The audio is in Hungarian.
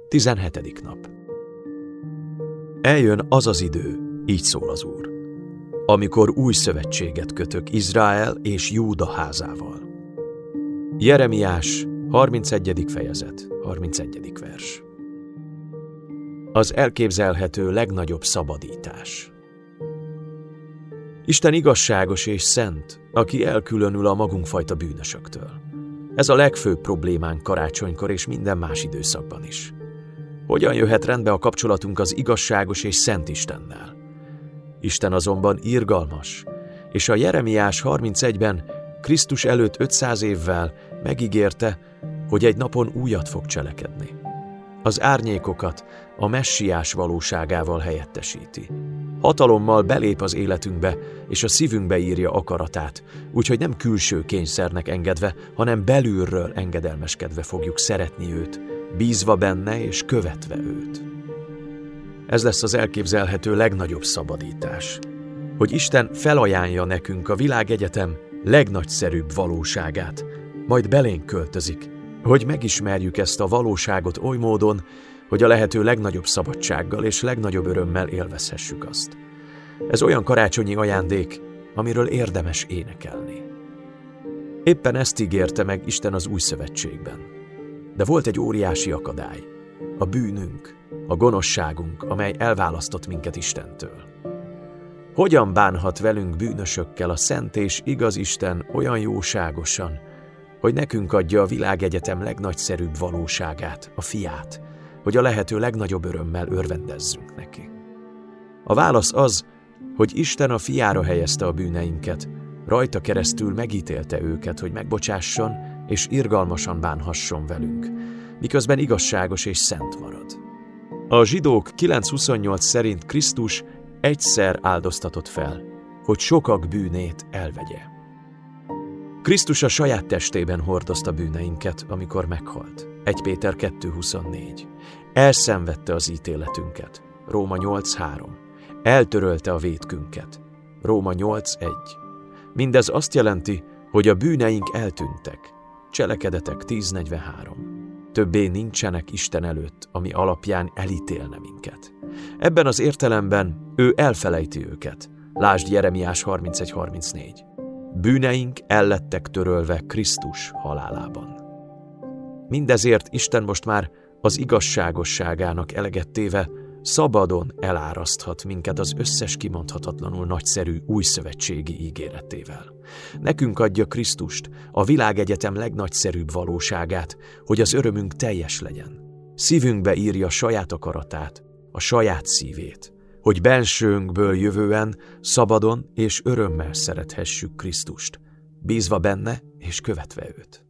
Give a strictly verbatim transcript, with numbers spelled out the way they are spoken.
tizenhetedik nap. Eljön az az idő, így szól az Úr, amikor új szövetséget kötök Izrael és Júda házával. Jeremiás, harmincegyedik fejezet, harmincegyedik vers. Az elképzelhető legnagyobb szabadítás. Isten igazságos és szent, aki elkülönül a magunkfajta bűnösöktől. Ez a legfőbb problémánk karácsonykor és minden más időszakban is. Hogyan jöhet rendbe a kapcsolatunk az igazságos és szent Istennel? Isten azonban irgalmas, és a Jeremiás harmincegyben Krisztus előtt ötszáz évvel megígérte, hogy egy napon újat fog cselekedni. Az árnyékokat a messiás valóságával helyettesíti. Hatalommal belép az életünkbe, és a szívünkbe írja akaratát, úgyhogy nem külső kényszernek engedve, hanem belülről engedelmeskedve fogjuk szeretni őt, bízva benne és követve őt. Ez lesz az elképzelhető legnagyobb szabadítás, hogy Isten felajánlja nekünk a világegyetem legnagyszerűbb valóságát, majd belénk költözik, hogy megismerjük ezt a valóságot oly módon, hogy a lehető legnagyobb szabadsággal és legnagyobb örömmel élvezhessük azt. Ez olyan karácsonyi ajándék, amiről érdemes énekelni. Éppen ezt ígérte meg Isten az új szövetségben. De volt egy óriási akadály, a bűnünk, a gonoszságunk, amely elválasztott minket Istentől. Hogyan bánhat velünk bűnösökkel a szent és igaz Isten olyan jóságosan, hogy nekünk adja a világegyetem legnagyszerűbb valóságát, a fiát, hogy a lehető legnagyobb örömmel örvendezzünk neki? A válasz az, hogy Isten a fiára helyezte a bűneinket, rajta keresztül megítélte őket, hogy megbocsásson és irgalmasan bánhasson velünk, miközben igazságos és szent marad. A zsidók kilenc huszonnyolc szerint Krisztus egyszer áldoztatott fel, hogy sokak bűnét elvegye. Krisztus a saját testében hordozta bűneinket, amikor meghalt. egy Péter kettő huszonnégy. Elszenvedte az ítéletünket. Róma nyolc három. Eltörölte a vétkünket. Róma nyolc egy. Mindez azt jelenti, hogy a bűneink eltűntek. Cselekedetek tíz negyvenhárom. Többé nincsenek Isten előtt, ami alapján elítélne minket. Ebben az értelemben ő elfelejti őket. Lásd Jeremiás harmincegy harmincnégy. Bűneink ellettek törölve Krisztus halálában. Mindezért Isten most már az igazságosságának eleget téve szabadon eláraszthat minket az összes kimondhatatlanul nagyszerű újszövetségi ígéretével. Nekünk adja Krisztust, a világegyetem legnagyszerűbb valóságát, hogy az örömünk teljes legyen. Szívünkbe írja saját akaratát, a saját szívét, hogy bensőnkből jövően szabadon és örömmel szerethessük Krisztust, bízva benne és követve őt.